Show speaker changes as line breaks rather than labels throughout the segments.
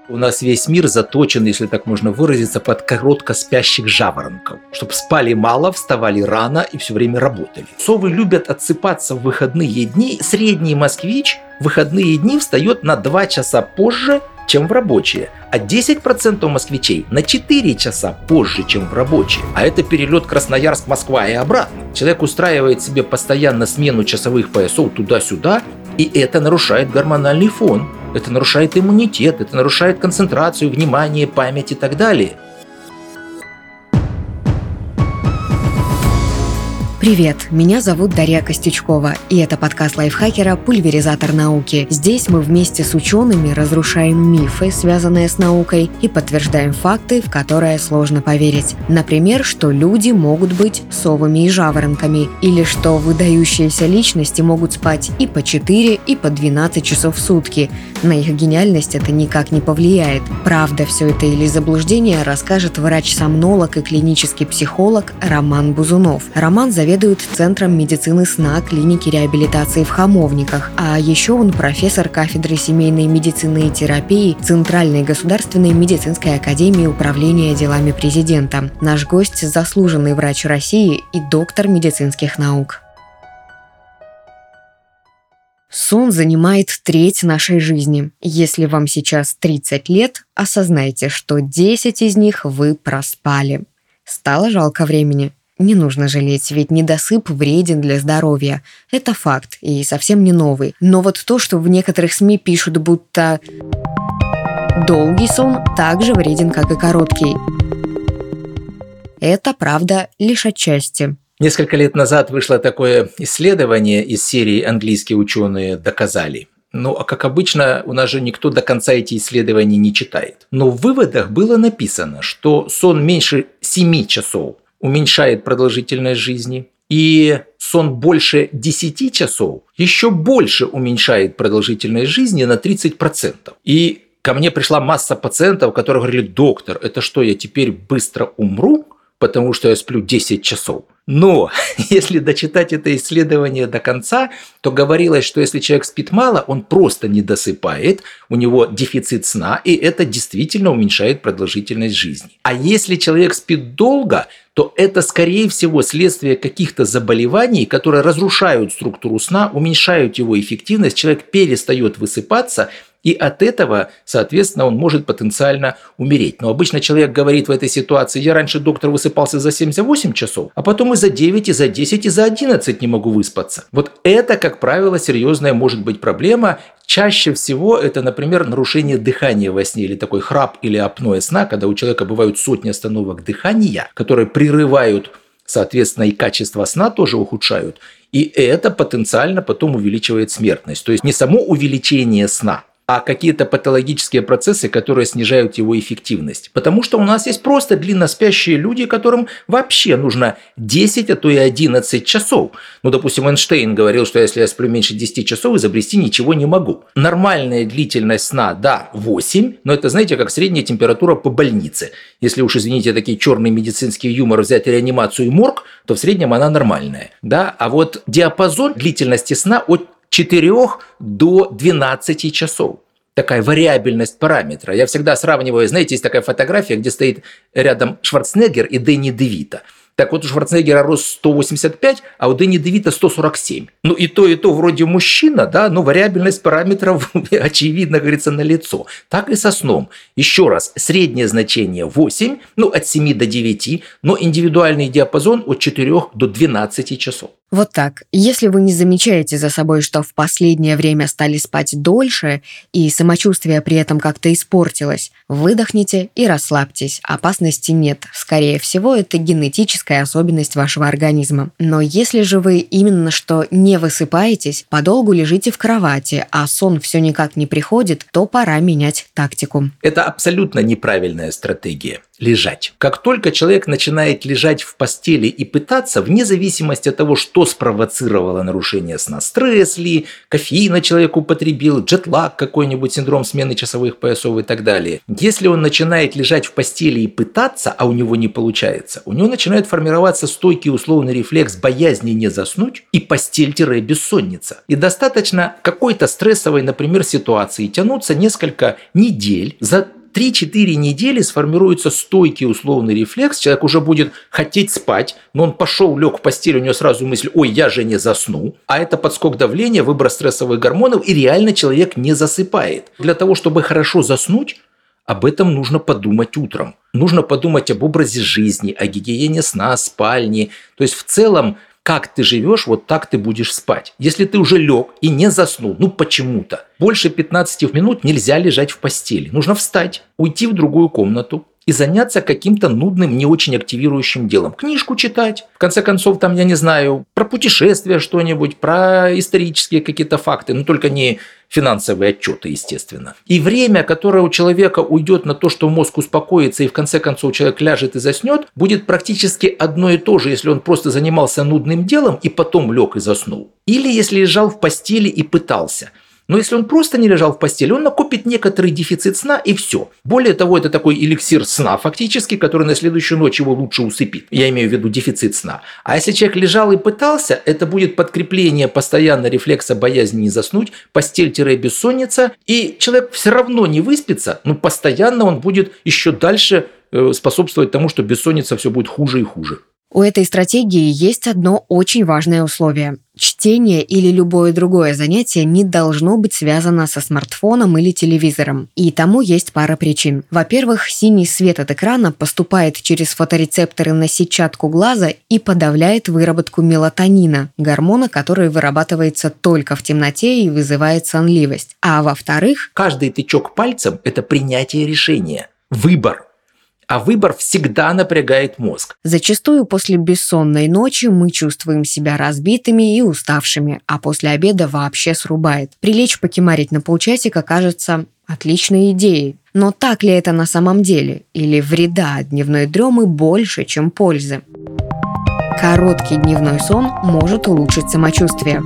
У нас весь мир заточен, если так можно выразиться, под коротко спящих жаворонков. Чтобы спали мало, вставали рано и все время работали. Совы любят отсыпаться в выходные дни. Средний москвич в выходные дни встает на 2 часа позже, чем в рабочие. А 10% москвичей на 4 часа позже, чем в рабочие. А это перелет Красноярск-Москва и обратно. Человек устраивает себе постоянно смену часовых поясов туда-сюда, и это нарушает гормональный фон. Это нарушает иммунитет, это нарушает концентрацию, внимание, память и так далее.
Привет, меня зовут Дарья Костючкова, и это подкаст лайфхакера «Пульверизатор науки». Здесь мы вместе с учеными разрушаем мифы, связанные с наукой, и подтверждаем факты, в которые сложно поверить. Например, что люди могут быть совами и жаворонками, или что выдающиеся личности могут спать и по 4, и по 12 часов в сутки. На их гениальность это никак не повлияет. Правда все это или заблуждение, расскажет врач-сомнолог и клинический психолог Роман Бузунов. Роман заведует Центром медицины сна клиники реабилитации в Хамовниках, а еще он профессор кафедры семейной медицины и терапии Центральной государственной медицинской академии управления делами президента. Наш гость – заслуженный врач России и доктор медицинских наук. Сон занимает треть нашей жизни. Если вам сейчас 30 лет, осознайте, что 10 из них вы проспали. Стало жалко времени? Не нужно жалеть, ведь недосып вреден для здоровья. Это факт, и совсем не новый. Но вот то, что в некоторых СМИ пишут, будто долгий сон так же вреден, как и короткий. Это правда лишь отчасти.
Несколько лет назад вышло такое исследование из серии «Английские ученые доказали». Ну, а как обычно, у нас же никто до конца эти исследования не читает. Но в выводах было написано, что сон меньше 7 часов уменьшает продолжительность жизни, и сон больше 10 часов еще больше уменьшает продолжительность жизни на 30%. И ко мне пришла масса пациентов, которые говорили: доктор, это что, я теперь быстро умру, потому что я сплю 10 часов? Но если дочитать это исследование до конца, то говорилось, что если человек спит мало, он просто не досыпает, у него дефицит сна, и это действительно уменьшает продолжительность жизни. А если человек спит долго, то это, скорее всего, следствие каких-то заболеваний, которые разрушают структуру сна, уменьшают его эффективность, человек перестает высыпаться, и от этого, соответственно, он может потенциально умереть. Но обычно человек говорит в этой ситуации: я раньше, доктор, высыпался за 7-8 часов, а потом и за 9, и за 10, и за 11 не могу выспаться. Вот это, как правило, серьезная может быть проблема. Чаще всего это, например, нарушение дыхания во сне, или такой храп или апноэ сна, когда у человека бывают сотни остановок дыхания, которые прерывают, соответственно, и качество сна тоже ухудшают. И это потенциально потом увеличивает смертность. То есть не само увеличение сна, а какие-то патологические процессы, которые снижают его эффективность. Потому что у нас есть просто длинноспящие люди, которым вообще нужно 10, а то и 11 часов. Ну, допустим, Эйнштейн говорил, что если я сплю меньше 10 часов, изобрести ничего не могу. Нормальная длительность сна, да, 8, но это, знаете, как средняя температура по больнице. Если уж, извините, такие черный медицинский юмор, взять реанимацию и морг, то в среднем она нормальная. Да? А вот диапазон длительности сна от 4 до 12 часов. Такая вариабельность параметра. Я всегда сравниваю, знаете, есть такая фотография, где стоит рядом Шварценеггер и Дэнни де Вито. Так вот, у Шварценеггера рост 185, а у Дэнни де Вито 147. Ну и то вроде мужчина, да, но вариабельность параметров очевидно, говорится, налицо. Так и со сном. Еще раз, среднее значение 8, от 7 до 9, но индивидуальный диапазон от 4 до 12 часов.
Вот так. Если вы не замечаете за собой, что в последнее время стали спать дольше, и самочувствие при этом как-то испортилось, выдохните и расслабьтесь. Опасности нет. Скорее всего, это генетическая особенность вашего организма. Но если же вы именно что не высыпаетесь, подолгу лежите в кровати, а сон все никак не приходит, то пора менять тактику.
Это абсолютно неправильная стратегия. Лежать. Как только человек начинает лежать в постели и пытаться, вне зависимости от того, что спровоцировало нарушение сна, стресс ли, кофеина человек употребил, джетлаг какой-нибудь, синдром смены часовых поясов и так далее. Если он начинает лежать в постели и пытаться, а у него не получается, у него начинает формироваться стойкий условный рефлекс боязни не заснуть и постель-бессонница. И достаточно какой-то стрессовой, например, ситуации тянуться несколько недель. За 3-4 недели сформируется стойкий условный рефлекс, человек уже будет хотеть спать, но он пошел, лег в постель, у него сразу мысль: ой, я же не засну. А это подскок давления, выброс стрессовых гормонов, и реально человек не засыпает. Для того, чтобы хорошо заснуть, об этом нужно подумать утром. Нужно подумать об образе жизни, о гигиене сна, спальни. То есть в целом, как ты живешь, вот так ты будешь спать. Если ты уже лег и не заснул, почему-то, больше 15 минут нельзя лежать в постели. Нужно встать, уйти в другую комнату и заняться каким-то нудным, не очень активирующим делом. Книжку читать. В конце концов, про путешествия что-нибудь, про исторические какие-то факты, но только не финансовые отчеты, естественно. И время, которое у человека уйдет на то, что мозг успокоится и в конце концов человек ляжет и заснет, будет практически одно и то же, если он просто занимался нудным делом и потом лег и заснул. Или если лежал в постели и пытался. Но если он просто не лежал в постели, он накопит некоторый дефицит сна и все. Более того, это такой эликсир сна фактически, который на следующую ночь его лучше усыпит. Я имею в виду дефицит сна. А если человек лежал и пытался, это будет подкрепление постоянно рефлекса боязни не заснуть, постель-бессонница, и человек все равно не выспится, но постоянно он будет еще дальше способствовать тому, что бессонница все будет хуже и хуже.
У этой стратегии есть одно очень важное условие. Чтение или любое другое занятие не должно быть связано со смартфоном или телевизором. И тому есть пара причин. Во-первых, синий свет от экрана поступает через фоторецепторы на сетчатку глаза и подавляет выработку мелатонина, гормона, который вырабатывается только в темноте и вызывает сонливость. А во-вторых,
каждый тычок пальцем – это принятие решения, выбор. А выбор всегда напрягает мозг.
Зачастую после бессонной ночи мы чувствуем себя разбитыми и уставшими, а после обеда вообще срубает. Прилечь покемарить на полчасика кажется отличной идеей. Но так ли это на самом деле? Или вреда от дневной дремы больше, чем пользы? Короткий дневной сон может улучшить самочувствие.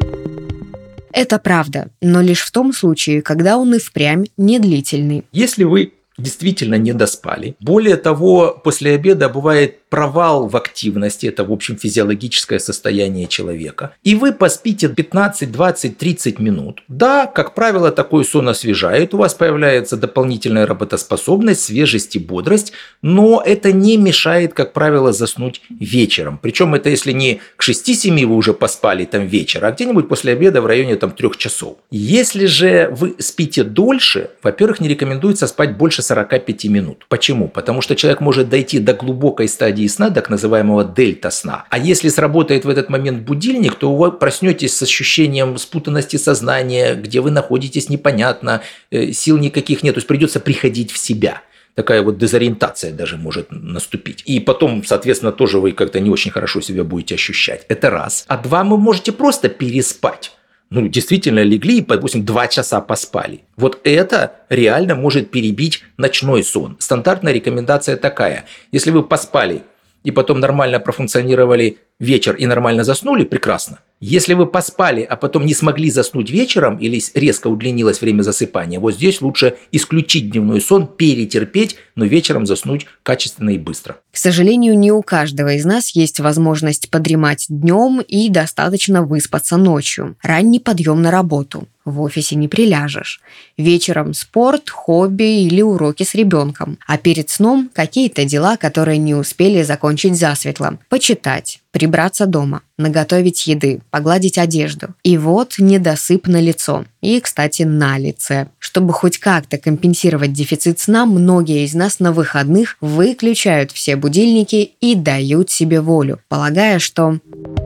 Это правда, но лишь в том случае, когда он и впрямь не длительный.
Если вы действительно не доспали. Более того, после обеда бывает провал в активности, это, в общем, физиологическое состояние человека. И вы поспите 15, 20, 30 минут. Да, как правило, такой сон освежает, у вас появляется дополнительная работоспособность, свежесть и бодрость, но это не мешает, как правило, заснуть вечером. Причем это если не к 6-7 вы уже поспали там вечер, а где-нибудь после обеда в районе 3 часов. Если же вы спите дольше, во-первых, не рекомендуется спать больше 45 минут. Почему? Потому что человек может дойти до глубокой стадии сна, так называемого дельта-сна. А если сработает в этот момент будильник, то вы проснетесь с ощущением спутанности сознания, где вы находитесь непонятно, сил никаких нет, то есть придется приходить в себя. Такая вот дезориентация даже может наступить. И потом, соответственно, тоже вы как-то не очень хорошо себя будете ощущать. Это раз. А два, вы можете просто переспать. Действительно легли и, допустим, 2 часа поспали. Вот это реально может перебить ночной сон. Стандартная рекомендация такая. Если вы поспали и потом нормально профункционировали вечер и нормально заснули, прекрасно. Если вы поспали, а потом не смогли заснуть вечером или резко удлинилось время засыпания, вот здесь лучше исключить дневной сон, перетерпеть, но вечером заснуть качественно и быстро.
К сожалению, не у каждого из нас есть возможность подремать днем и достаточно выспаться ночью. Ранний подъем на работу. В офисе не приляжешь. Вечером спорт, хобби или уроки с ребенком. А перед сном какие-то дела, которые не успели закончить засветло. Почитать, прибраться дома, наготовить еды, погладить одежду. И вот недосып на лицо. И, кстати, на лице. Чтобы хоть как-то компенсировать дефицит сна, многие из нас на выходных выключают все будильники и дают себе волю, полагая, что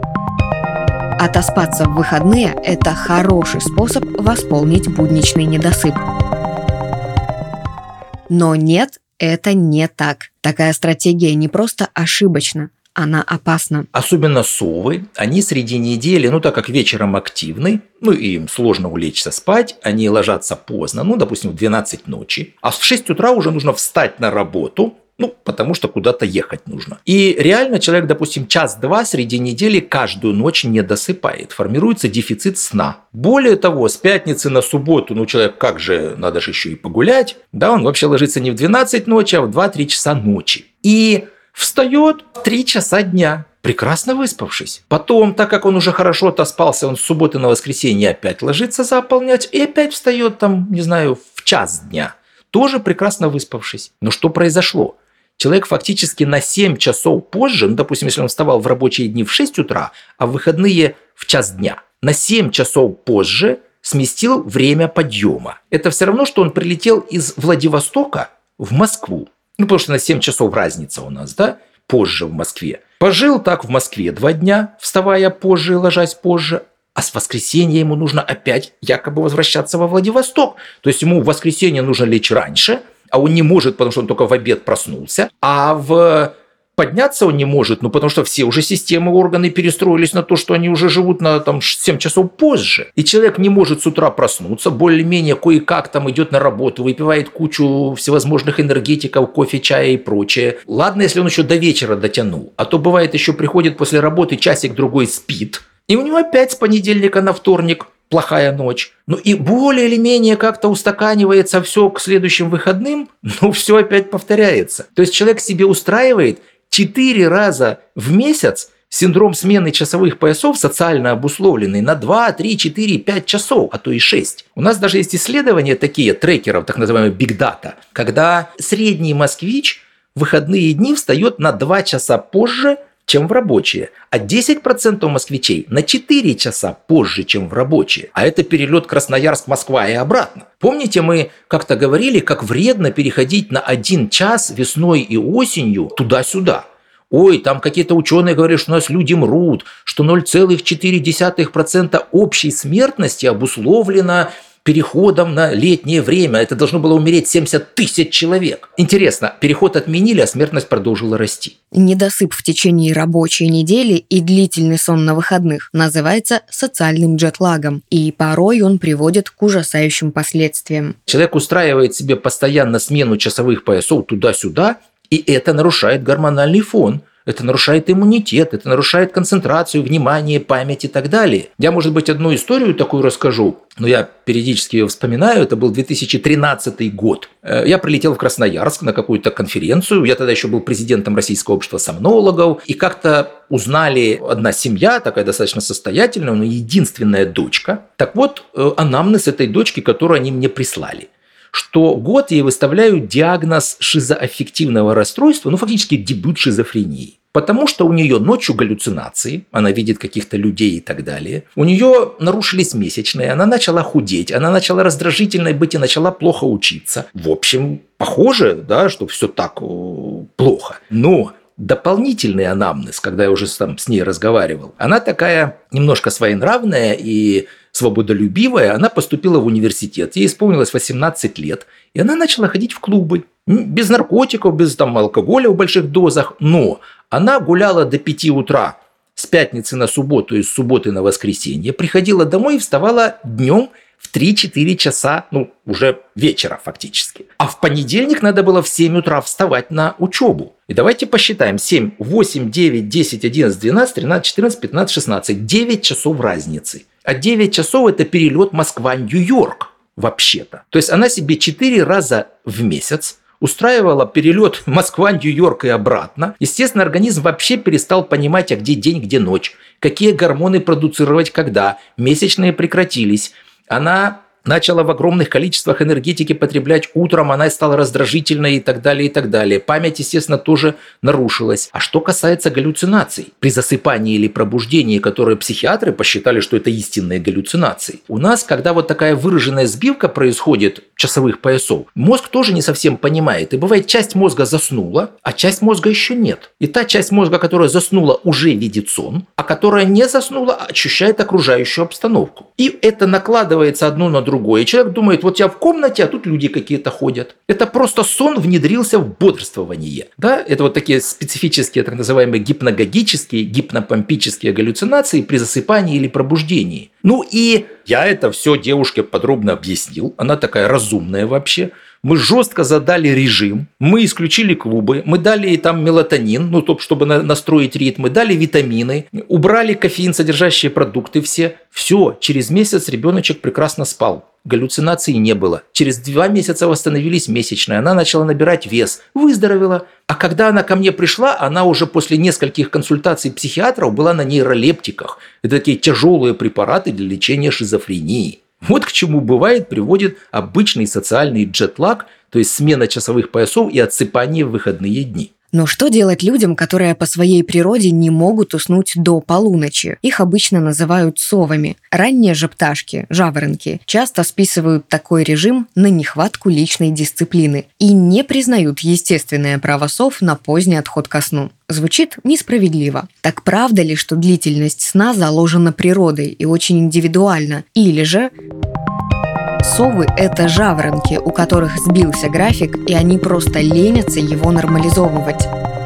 отоспаться в выходные – это хороший способ восполнить будничный недосып. Но нет, это не так. Такая стратегия не просто ошибочна, она опасна.
Особенно совы, они среди недели, так как вечером активны, и им сложно улечься спать, они ложатся поздно, допустим, в 12 ночи, а в 6 утра уже нужно встать на работу, потому что куда-то ехать нужно. И реально человек, допустим, час-два среди недели каждую ночь не досыпает. Формируется дефицит сна. Более того, с пятницы на субботу, человек надо же еще и погулять. Да, он вообще ложится не в 12 ночи, а в 2-3 часа ночи. И встает в 3 часа дня, прекрасно выспавшись. Потом, так как он уже хорошо отоспался, он с субботы на воскресенье опять ложится за полночь и опять встает в час дня. тоже прекрасно выспавшись. Но что произошло? Человек фактически на 7 часов позже, допустим, если он вставал в рабочие дни в 6 утра, а в выходные в час дня, на 7 часов позже сместил время подъема. Это все равно, что он прилетел из Владивостока в Москву. Потому что на 7 часов разница у нас, да, позже в Москве. Пожил так в Москве 2 дня, вставая позже и ложась позже, а с воскресенья ему нужно опять якобы возвращаться во Владивосток. То есть ему в воскресенье нужно лечь раньше, а он не может, потому что он только в обед проснулся, подняться он не может, потому что все уже системы, органы перестроились на то, что они уже живут на 7 часов позже. И человек не может с утра проснуться, более-менее кое-как там идет на работу, выпивает кучу всевозможных энергетиков, кофе, чая и прочее. Ладно, если он еще до вечера дотянул, а то бывает еще приходит после работы, часик-другой спит, и у него опять с понедельника на вторник плохая ночь. Ну и более или менее как-то устаканивается все к следующим выходным, но все опять повторяется. То есть человек себе устраивает 4 раза в месяц синдром смены часовых поясов, социально обусловленный, на 2, 3, 4, 5 часов, а то и 6. У нас даже есть исследования такие, трекеров, так называемые Big Data, когда средний москвич в выходные дни встает на 2 часа позже, чем в рабочие, а 10% москвичей на 4 часа позже, чем в рабочие. А это перелет Красноярск-Москва и обратно. Помните, мы как-то говорили, как вредно переходить на 1 час весной и осенью туда-сюда. Ой, там какие-то ученые говорят, что у нас люди мрут, что 0,4% общей смертности обусловлено переходом на летнее время. Это должно было умереть 70 тысяч человек. Интересно, переход отменили, а смертность продолжила расти.
Недосып в течение рабочей недели и длительный сон на выходных называется социальным джетлагом, и порой он приводит к ужасающим последствиям.
Человек устраивает себе постоянно смену часовых поясов туда-сюда, и это нарушает гормональный фон. Это нарушает иммунитет, это нарушает концентрацию, внимание, память и так далее. Я, может быть, одну историю такую расскажу, но я периодически ее вспоминаю. Это был 2013 год. Я прилетел в Красноярск на какую-то конференцию. Я тогда еще был президентом Российского общества сомнологов. И как-то узнали одна семья, такая достаточно состоятельная, но единственная дочка. Так вот, анамнез этой дочки, которую они мне прислали. Что год ей выставляют диагноз шизоаффективного расстройства, фактически дебют шизофрении. Потому что у нее ночью галлюцинации, она видит каких-то людей и так далее. У нее нарушились месячные, она начала худеть, она начала раздражительной быть и начала плохо учиться. В общем, похоже, да, что все так плохо. Но дополнительный анамнез, когда я уже с ней разговаривал, она такая немножко своенравная и свободолюбивая, она поступила в университет, ей исполнилось 18 лет, и она начала ходить в клубы, без наркотиков, без алкоголя в больших дозах, но она гуляла до 5 утра с пятницы на субботу и с субботы на воскресенье, приходила домой и вставала днем в 3-4 часа, уже вечера фактически. А в понедельник надо было в 7 утра вставать на учебу. И давайте посчитаем. 7, 8, 9, 10, 11, 12, 13, 14, 15, 16. 9 часов разницы. А 9 часов – это перелет Москва-Нью-Йорк вообще-то. То есть она себе 4 раза в месяц устраивала перелет Москва-Нью-Йорк и обратно. Естественно, организм вообще перестал понимать, а где день, где ночь. Какие гормоны продуцировать когда. Месячные прекратились. Она начала в огромных количествах энергетики потреблять утром, она стала раздражительной и так далее, и так далее. Память, естественно, тоже нарушилась. А что касается галлюцинаций, при засыпании или пробуждении, которые психиатры посчитали, что это истинные галлюцинации, у нас, когда вот такая выраженная сбивка происходит часовых поясов, мозг тоже не совсем понимает. И бывает, часть мозга заснула, а часть мозга еще нет. И та часть мозга, которая заснула, уже видит сон, а которая не заснула, ощущает окружающую обстановку. И это накладывается одно на другое. И человек думает, вот я в комнате, а тут люди какие-то ходят. Это просто сон внедрился в бодрствование. Да? Это вот такие специфические, так называемые гипногогические, гипнопомпические галлюцинации при засыпании или пробуждении. И я это все девушке подробно объяснил. Она такая разумная вообще. Мы жестко задали режим, мы исключили клубы, мы дали ей там мелатонин, чтобы настроить ритм, мы дали витамины, убрали кофеин, содержащие продукты все. Все, через месяц ребеночек прекрасно спал. Галлюцинаций не было. Через 2 месяца восстановились месячные. Она начала набирать вес, выздоровела. А когда она ко мне пришла, она уже после нескольких консультаций психиатров была на нейролептиках. Это такие тяжелые препараты для лечения шизофрении. Вот к чему приводит обычный социальный джетлаг то есть смена часовых поясов и отсыпание в выходные дни.
Но что делать людям, которые по своей природе не могут уснуть до полуночи? Их обычно называют совами. Ранние же пташки, жаворонки, часто списывают такой режим на нехватку личной дисциплины и не признают естественное право сов на поздний отход ко сну. Звучит несправедливо. Так правда ли, что длительность сна заложена природой и очень индивидуальна? Или же совы – это жаворонки, у которых сбился график, и они просто ленятся его нормализовывать?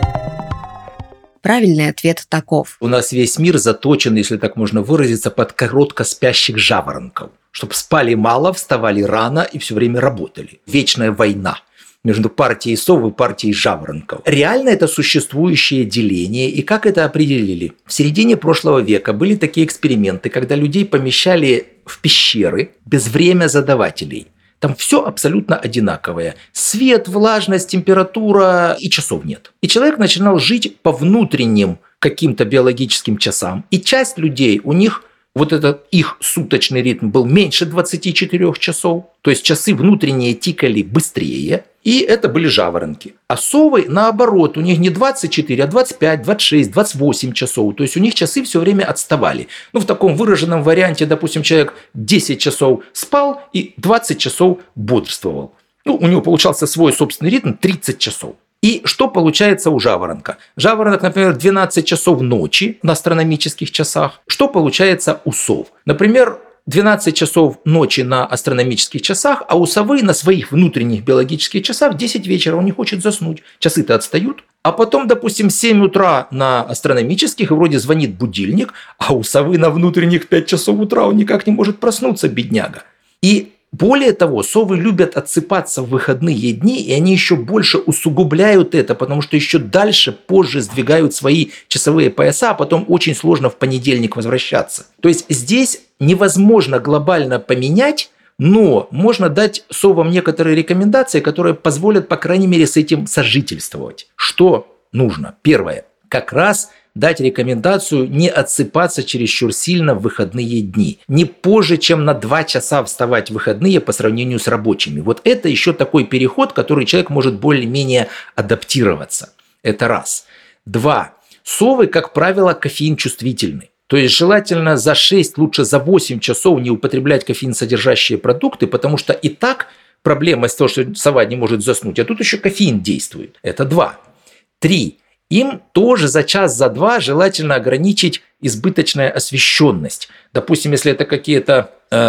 Правильный ответ таков.
У нас весь мир заточен, если так можно выразиться, под коротко спящих жаворонков. Чтобы спали мало, вставали рано и все время работали. Вечная война между партией сов и партией жаворонков. Реально это существующее деление, и как это определили? В середине прошлого века были такие эксперименты, когда людей помещали в пещеры без времязадавателей. Там все абсолютно одинаковое. Свет, влажность, температура, и часов нет. И человек начинал жить по внутренним каким-то биологическим часам. И часть людей, у них вот этот их суточный ритм был меньше 24 часов. То есть часы внутренние тикали быстрее. И это были жаворонки. А совы, наоборот, у них не 24, а 25, 26, 28 часов. То есть у них часы все время отставали. Ну, в таком выраженном варианте, допустим, человек 10 часов спал и 20 часов бодрствовал. Ну, у него получался свой собственный ритм 30 часов. И что получается у жаворонка? Жаворонок, например, 12 часов ночи на астрономических часах. Что получается у сов? Например, 12 часов ночи на астрономических часах, а у совы на своих внутренних биологических часах в 10 вечера он не хочет заснуть. Часы-то отстают. А потом, допустим, 7 утра на астрономических, и вроде звонит будильник, а у совы на внутренних 5 часов утра он никак не может проснуться, бедняга. И более того, совы любят отсыпаться в выходные дни, и они еще больше усугубляют это, потому что еще дальше, позже сдвигают свои часовые пояса, а потом очень сложно в понедельник возвращаться. То есть здесь невозможно глобально поменять, но можно дать совам некоторые рекомендации, которые позволят, по крайней мере, с этим сожительствовать. Что нужно? Первое. Как раз дать рекомендацию не отсыпаться чересчур сильно в выходные дни. Не позже, чем на 2 часа вставать в выходные по сравнению с рабочими. Вот это еще такой переход, который человек может более-менее адаптироваться. Это раз. 2. Совы, как правило, кофеин чувствительны. То есть желательно за 6, лучше за 8 часов не употреблять кофеин-содержащие продукты, потому что и так проблема с тем, что сова не может заснуть, а тут еще кофеин действует. Это 2. 3. Им тоже за час, за 2 желательно ограничить избыточная освещенность. Допустим, если это какие-то,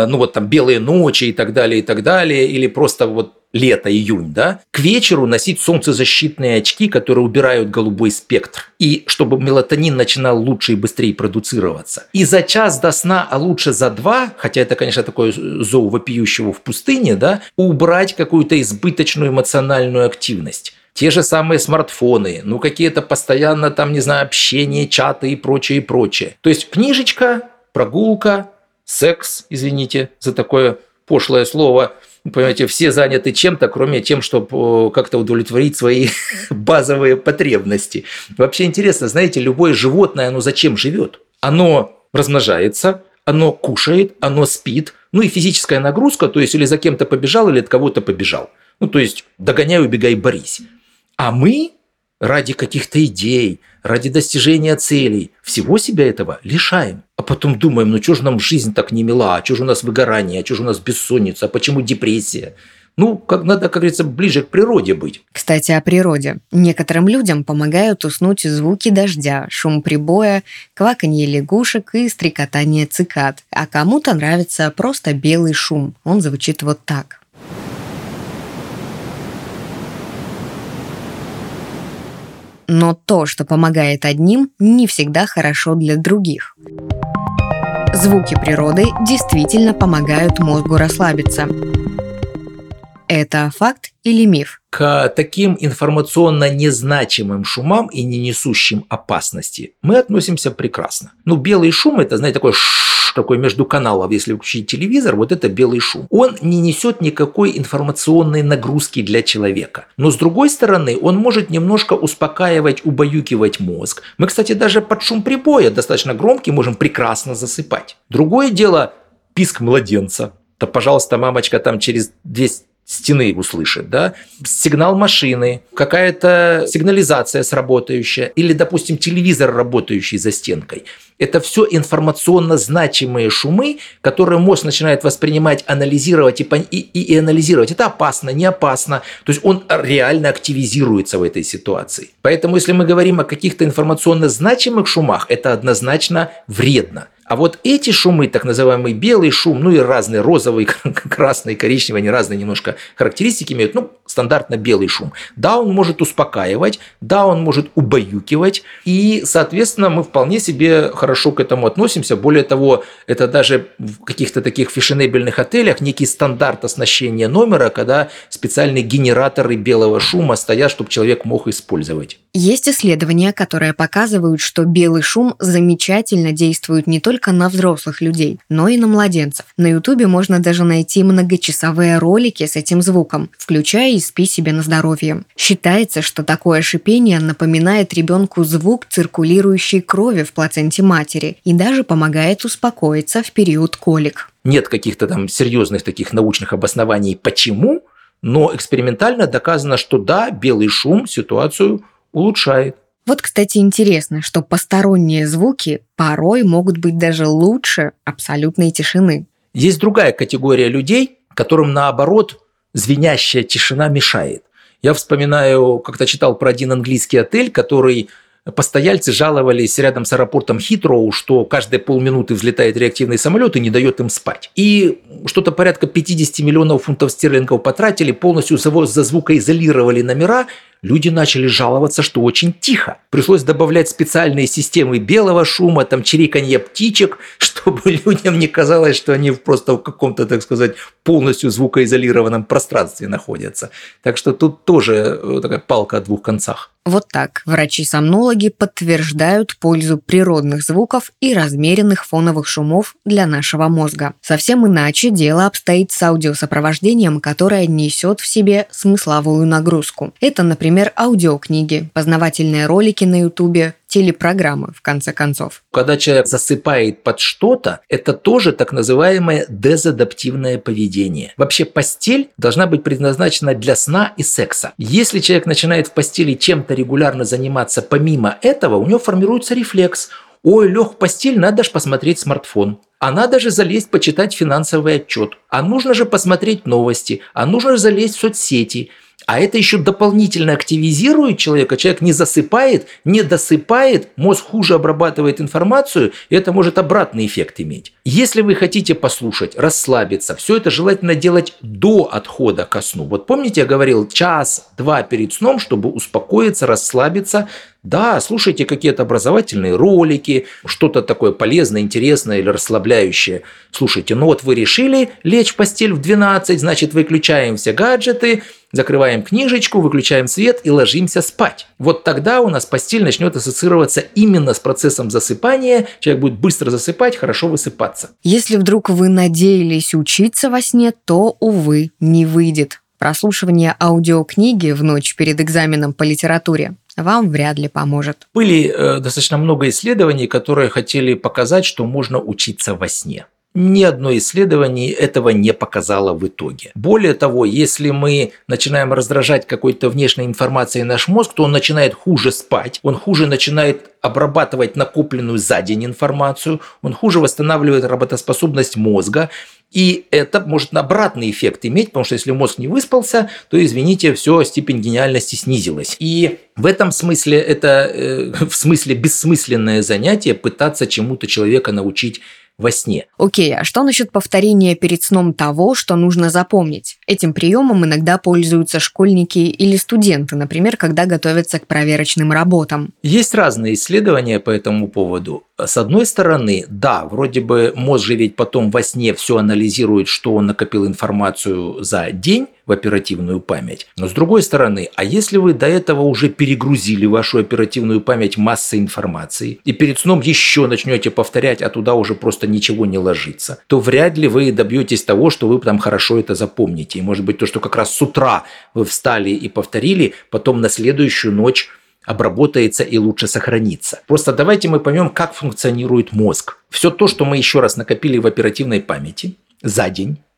белые ночи и так далее, или просто вот лето, июнь, да, к вечеру носить солнцезащитные очки, которые убирают голубой спектр, и чтобы мелатонин начинал лучше и быстрее продуцироваться. И за час до сна, а лучше за 2, хотя это, конечно, такое зов вопиющего в пустыне, да, убрать какую-то избыточную эмоциональную активность. Те же самые смартфоны, какие-то постоянно общение, чаты и прочее, и прочее. То есть книжечка, прогулка, секс, извините за такое пошлое слово. Понимаете, все заняты чем-то, кроме тем, чтобы как-то удовлетворить свои базовые потребности. Вообще интересно, знаете, любое животное, оно зачем живет? Оно размножается, оно кушает, оно спит. И физическая нагрузка, то есть или за кем-то побежал, или от кого-то побежал. То есть догоняй, убегай, борись. А мы ради каких-то идей, ради достижения целей всего себя этого лишаем. А потом думаем, что же нам жизнь так не мила, а что же у нас выгорание, а что же у нас бессонница, а почему депрессия? Надо, как говорится, ближе к природе быть.
Кстати, о природе. Некоторым людям помогают уснуть звуки дождя, шум прибоя, кваканье лягушек и стрекотание цикад. А кому-то нравится просто белый шум. Он звучит вот так. Но то, что помогает одним, не всегда хорошо для других. Звуки природы действительно помогают мозгу расслабиться. Это факт или миф?
К таким информационно незначимым шумам и не несущим опасности мы относимся прекрасно. Белый шум – это, знаете, такой между каналов, если включить телевизор, вот это белый шум. Он не несет никакой информационной нагрузки для человека. Но с другой стороны, он может немножко успокаивать, убаюкивать мозг. Мы, кстати, даже под шум прибоя достаточно громкий можем прекрасно засыпать. Другое дело – писк младенца. Да, пожалуйста, мамочка там через стены услышит, да, сигнал машины, какая-то сигнализация сработающая или, допустим, телевизор, работающий за стенкой. Это все информационно значимые шумы, которые мозг начинает воспринимать, анализировать и анализировать. Это опасно, не опасно. То есть он реально активизируется в этой ситуации. Поэтому, если мы говорим о каких-то информационно значимых шумах, это однозначно вредно. А вот эти шумы, так называемый белый шум, ну и разные розовый, красный, коричневый, они разные немножко характеристики имеют, стандартно белый шум. Да, он может успокаивать, да, он может убаюкивать, и, соответственно, мы вполне себе хорошо к этому относимся. Более того, это даже в каких-то таких фешенебельных отелях некий стандарт оснащения номера, когда специальные генераторы белого шума стоят, чтобы человек мог использовать.
Есть исследования, которые показывают, что белый шум замечательно действует не только на взрослых людей, но и на младенцев. На Ютубе можно даже найти многочасовые ролики с этим звуком, включая и «Спи себе на здоровье». Считается, что такое шипение напоминает ребенку звук циркулирующей крови в плаценте матери и даже помогает успокоиться в период колик.
Нет каких-то там серьезных таких научных обоснований почему, но экспериментально доказано, что да, белый шум ситуацию улучшает.
Вот, кстати, интересно, что посторонние звуки порой могут быть даже лучше абсолютной тишины.
Есть другая категория людей, которым, наоборот, звенящая тишина мешает. Я вспоминаю, как-то читал про один английский отель, который постояльцы жаловались рядом с аэропортом Хитроу, что каждые полминуты взлетает реактивный самолет и не дает им спать. И что-то порядка 50 миллионов фунтов стерлингов потратили, полностью зазвукоизолировали номера. Люди начали жаловаться, что очень тихо. Пришлось добавлять специальные системы белого шума, там чириканье птичек, чтобы людям не казалось, что они просто в каком-то, так сказать, полностью звукоизолированном пространстве находятся. Так что тут тоже такая палка о двух концах.
Вот так врачи-сомнологи подтверждают пользу природных звуков и размеренных фоновых шумов для нашего мозга. Совсем иначе дело обстоит с аудиосопровождением, которое несет в себе смысловую нагрузку. Это, например, аудиокниги, познавательные ролики на Ютубе, телепрограммы, в конце концов.
Когда человек засыпает под что-то, это тоже так называемое дезадаптивное поведение. Вообще постель должна быть предназначена для сна и секса. Если человек начинает в постели чем-то регулярно заниматься помимо этого, у него формируется рефлекс. Ой, лег в постель, надо же посмотреть смартфон. А надо же залезть почитать финансовый отчет. А нужно же посмотреть новости. А нужно же залезть в соцсети. А это еще дополнительно активизирует человека. Человек не засыпает, не досыпает, мозг хуже обрабатывает информацию, и это может обратный эффект иметь. Если вы хотите послушать, расслабиться, все это желательно делать до отхода ко сну. Вот помните, я говорил, час-два перед сном, чтобы успокоиться, расслабиться. Да, слушайте какие-то образовательные ролики, что-то такое полезное, интересное или расслабляющее. Слушайте, вот вы решили лечь в постель в 12, значит, выключаем все гаджеты, закрываем книжечку, выключаем свет и ложимся спать. Вот тогда у нас постель начнет ассоциироваться именно с процессом засыпания. Человек будет быстро засыпать, хорошо высыпаться.
Если вдруг вы надеялись учиться во сне, то, увы, не выйдет. Прослушивание аудиокниги в ночь перед экзаменом по литературе вам вряд ли поможет.
Были достаточно много исследований, которые хотели показать, что можно учиться во сне. Ни одно исследование этого не показало в итоге. Более того, если мы начинаем раздражать какой-то внешней информацией наш мозг, то он начинает хуже спать, он хуже начинает обрабатывать накопленную за день информацию, он хуже восстанавливает работоспособность мозга. И это может обратный эффект иметь, потому что если мозг не выспался, то, извините, все, степень гениальности снизилась. И в этом смысле это в смысле бессмысленное занятие пытаться чему-то человека научить во сне.
Окей, а что насчет повторения перед сном того, что нужно запомнить? Этим приемом иногда пользуются школьники или студенты, например, когда готовятся к проверочным работам.
Есть разные исследования по этому поводу. С одной стороны, да, вроде бы мозг же ведь потом во сне все анализирует, что он накопил информацию за день в оперативную память. Но с другой стороны, а если вы до этого уже перегрузили вашу оперативную память массой информации и перед сном еще начнете повторять, а туда уже просто ничего не ложится, то вряд ли вы добьетесь того, что вы там хорошо это запомните. И может быть то, что как раз с утра вы встали и повторили, потом на следующую ночь обработается и лучше сохранится. Просто давайте мы поймем, как функционирует мозг. Все то, что мы еще раз накопили в оперативной памяти за день,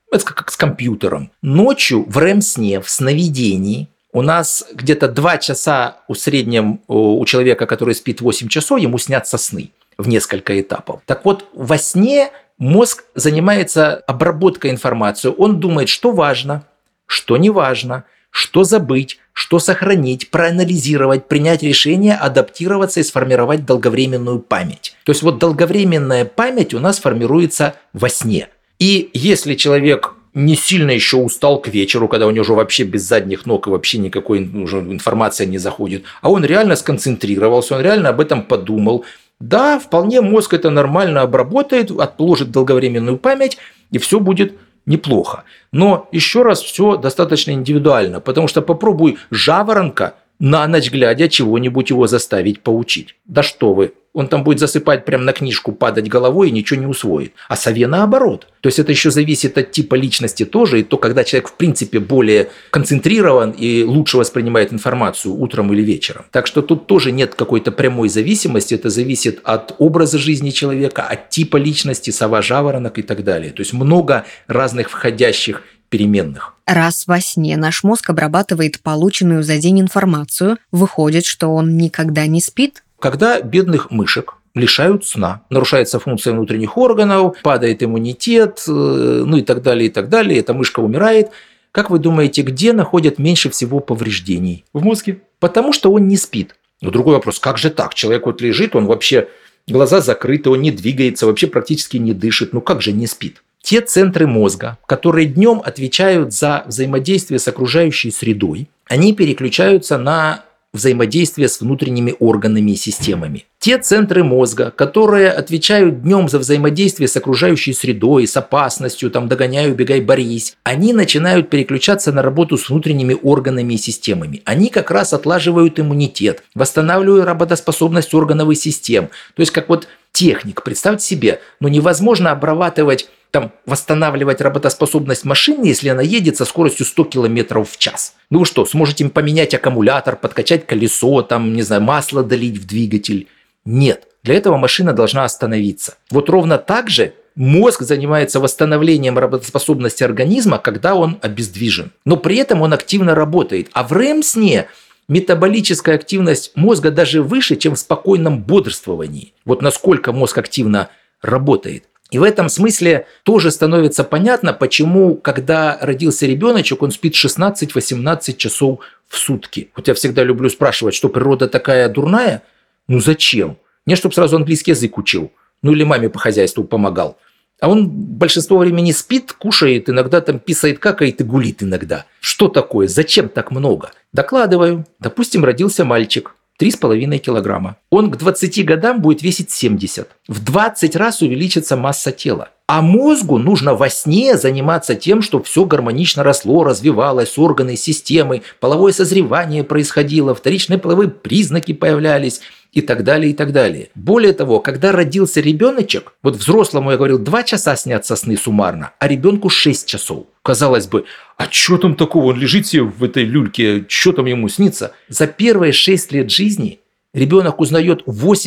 Это как с компьютером. Ночью в REM-сне, в сновидении, у нас где-то 2 часа в среднем у человека, который спит 8 часов, ему снятся сны в несколько этапов. Так вот, во сне мозг занимается обработкой информации. Он думает, что важно, что не важно, что забыть, что сохранить, проанализировать, принять решение, адаптироваться и сформировать долговременную память. То есть вот долговременная память у нас формируется во сне. И если человек не сильно еще устал к вечеру, когда у него уже вообще без задних ног и вообще никакой уже информации не заходит, а он реально сконцентрировался, он реально об этом подумал, да, вполне мозг это нормально обработает, отложит долговременную память, и все будет неплохо. Но еще раз, все достаточно индивидуально, потому что попробуй жаворонка на ночь глядя чего-нибудь его заставить поучить. Да что вы, он там будет засыпать прямо на книжку, падать головой и ничего не усвоит. А сове наоборот. То есть это еще зависит от типа личности тоже, и то, когда человек в принципе более концентрирован и лучше воспринимает информацию утром или вечером. Так что тут тоже нет какой-то прямой зависимости, это зависит от образа жизни человека, от типа личности, сова, жаворонок и так далее. То есть много разных входящих переменных.
Раз во сне наш мозг обрабатывает полученную за день информацию, выходит, что он никогда не спит?
Когда бедных мышек лишают сна, нарушается функция внутренних органов, падает иммунитет, и так далее, эта мышка умирает. Как вы думаете, где находят меньше всего повреждений? В мозге. Потому что он не спит. Но другой вопрос, как же так? Человек вот лежит, он вообще, глаза закрыты, он не двигается, вообще практически не дышит. Ну как же не спит? Те центры мозга, которые днем отвечают за взаимодействие с окружающей средой, они переключаются на взаимодействие с внутренними органами и системами. Те центры мозга, которые отвечают днем за взаимодействие с окружающей средой, с опасностью, там догоняй, убегай, борись, они начинают переключаться на работу с внутренними органами и системами. Они как раз отлаживают иммунитет, восстанавливают работоспособность органов и систем. То есть как вот техник, представьте себе, невозможно обрабатывать, восстанавливать работоспособность машины, если она едет со скоростью 100 км в час. Вы что, сможете поменять аккумулятор, подкачать колесо, масло долить в двигатель? Нет. Для этого машина должна остановиться. Вот ровно так же мозг занимается восстановлением работоспособности организма, когда он обездвижен. Но при этом он активно работает. А в REM-сне метаболическая активность мозга даже выше, чем в спокойном бодрствовании. Вот насколько мозг активно работает. И в этом смысле тоже становится понятно, почему, когда родился ребеночек, он спит 16-18 часов в сутки. Вот я всегда люблю спрашивать, что природа такая дурная? Зачем? Не чтобы сразу английский язык учил, или маме по хозяйству помогал. А он большинство времени спит, кушает, иногда писает, какает и гулит иногда. Что такое? Зачем так много? Докладываю. Допустим, родился мальчик. 3,5 килограмма. Он к 20 годам будет весить 70. В 20 раз увеличится масса тела. А мозгу нужно во сне заниматься тем, чтобы все гармонично росло, развивалось, органы, системы, половое созревание происходило, вторичные половые признаки появлялись и так далее, и так далее. Более того, когда родился ребеночек, вот взрослому, я говорил, 2 часа снятся сны суммарно, а ребенку 6 часов. Казалось бы, а что там такого? Он лежит себе в этой люльке, что там ему снится? За первые 6 лет жизни ребенок узнает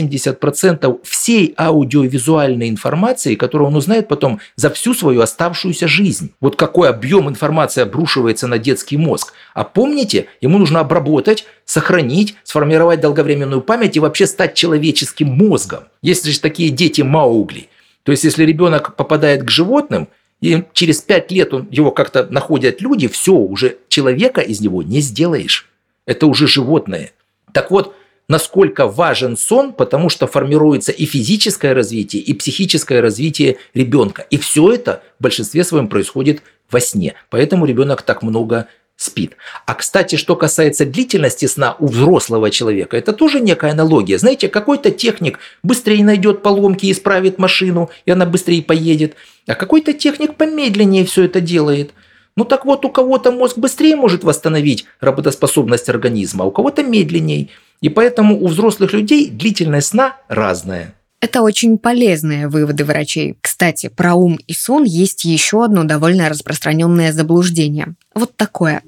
80% всей аудиовизуальной информации, которую он узнает потом за всю свою оставшуюся жизнь. Вот какой объем информации обрушивается на детский мозг. А помните, ему нужно обработать, сохранить, сформировать долговременную память и вообще стать человеческим мозгом. Есть же такие дети Маугли. То есть, если ребенок попадает к животным, и через 5 лет его как-то находят люди, все, уже человека из него не сделаешь. Это уже животное. Так вот, насколько важен сон, потому что формируется и физическое развитие, и психическое развитие ребенка. И все это в большинстве своем происходит во сне. Поэтому ребенок так много спит. А, кстати, что касается длительности сна у взрослого человека, это тоже некая аналогия. Знаете, какой-то техник быстрее найдет поломки и исправит машину, и она быстрее поедет, а какой-то техник помедленнее все это делает. Так вот, у кого-то мозг быстрее может восстановить работоспособность организма, а у кого-то медленнее. И поэтому у взрослых людей длительность сна разная.
Это очень полезные выводы врачей. Кстати, про ум и сон есть еще одно довольно распространенное заблуждение. Вот такое.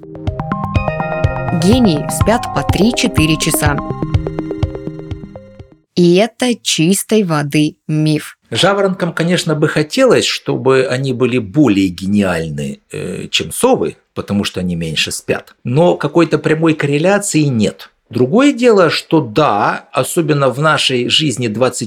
Гении спят по 3-4 часа. И это чистой воды миф.
Жаворонкам, конечно, бы хотелось, чтобы они были более гениальны, чем совы, потому что они меньше спят. Но какой-то прямой корреляции нет. Другое дело, что да, особенно в нашей жизни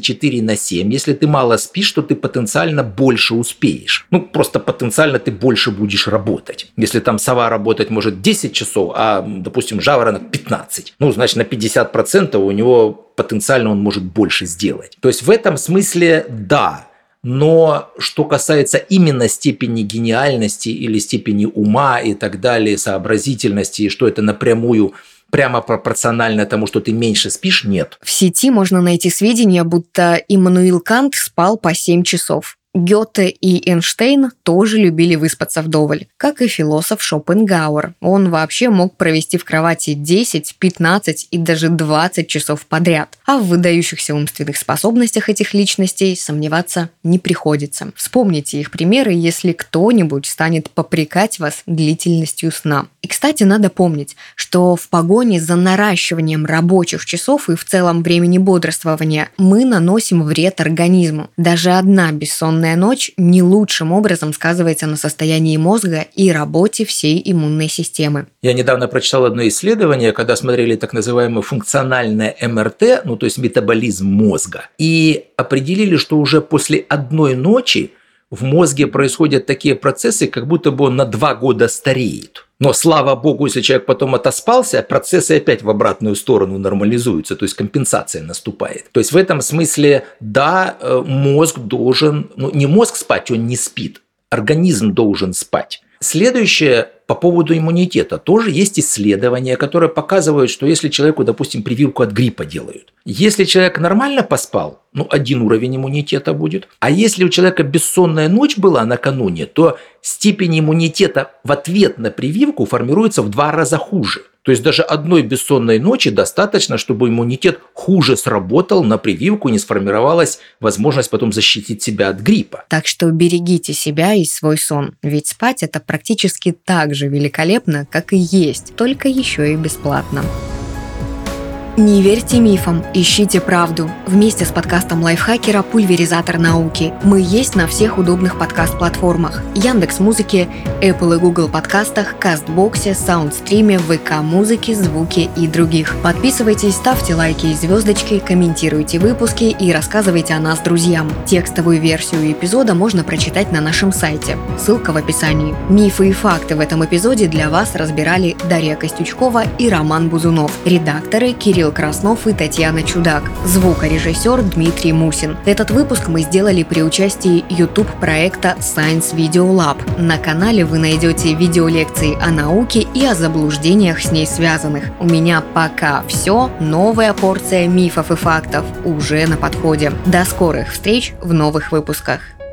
24/7, если ты мало спишь, то ты потенциально больше успеешь. Просто потенциально ты больше будешь работать. Если там сова работать может 10 часов, а, допустим, жаворонок 15, значит, на 50% у него потенциально он может больше сделать. То есть в этом смысле да. Но что касается именно степени гениальности или степени ума и так далее, сообразительности, что это напрямую прямо пропорционально тому, что ты меньше спишь, нет.
В сети можно найти сведения, будто Иммануил Кант спал по 7 часов. Гёте и Эйнштейн тоже любили выспаться вдоволь, как и философ Шопенгауэр. Он вообще мог провести в кровати 10, 15 и даже 20 часов подряд. А в выдающихся умственных способностях этих личностей сомневаться не приходится. Вспомните их примеры, если кто-нибудь станет попрекать вас длительностью сна. И, кстати, надо помнить, что в погоне за наращиванием рабочих часов и в целом времени бодрствования мы наносим вред организму. Даже одна бессонная ночь не лучшим образом сказывается на состоянии мозга и работе всей иммунной системы.
Я недавно прочитал одно исследование, когда смотрели так называемое функциональное МРТ, то есть метаболизм мозга, и определили, что уже после одной ночи в мозге происходят такие процессы, как будто бы он на 2 года стареет. Но, слава богу, если человек потом отоспался, процессы опять в обратную сторону нормализуются, то есть компенсация наступает. То есть в этом смысле, да, мозг должен, не мозг спать, он не спит, организм должен спать. Следующее по поводу иммунитета. Тоже есть исследования, которые показывают, что если человеку, допустим, прививку от гриппа делают, если человек нормально поспал, 1 уровень иммунитета будет. А если у человека бессонная ночь была накануне, то степень иммунитета в ответ на прививку формируется в 2 раза хуже. То есть даже одной бессонной ночи достаточно, чтобы иммунитет хуже сработал на прививку, не сформировалась возможность потом защитить себя от гриппа.
Так что берегите себя и свой сон, ведь спать это практически так же великолепно, как и есть, только еще и бесплатно. Не верьте мифам, ищите правду. Вместе с подкастом лайфхакера «Пульверизатор науки» мы есть на всех удобных подкаст-платформах: Яндекс.Музыке, Apple и Google подкастах, Кастбоксе, Саундстриме, ВК-музыке, Звуке и других. Подписывайтесь, ставьте лайки и звездочки, комментируйте выпуски и рассказывайте о нас друзьям. Текстовую версию эпизода можно прочитать на нашем сайте. Ссылка в описании. Мифы и факты в этом эпизоде для вас разбирали Дарья Костючкова и Роман Бузунов. Редакторы Кирилл Краснов и Татьяна Чудак. Звукорежиссер Дмитрий Мусин. Этот выпуск мы сделали при участии YouTube-проекта Science Video Lab. На канале вы найдете видеолекции о науке и о заблуждениях с ней связанных. У меня пока все. Новая порция мифов и фактов уже на подходе. До скорых встреч в новых выпусках.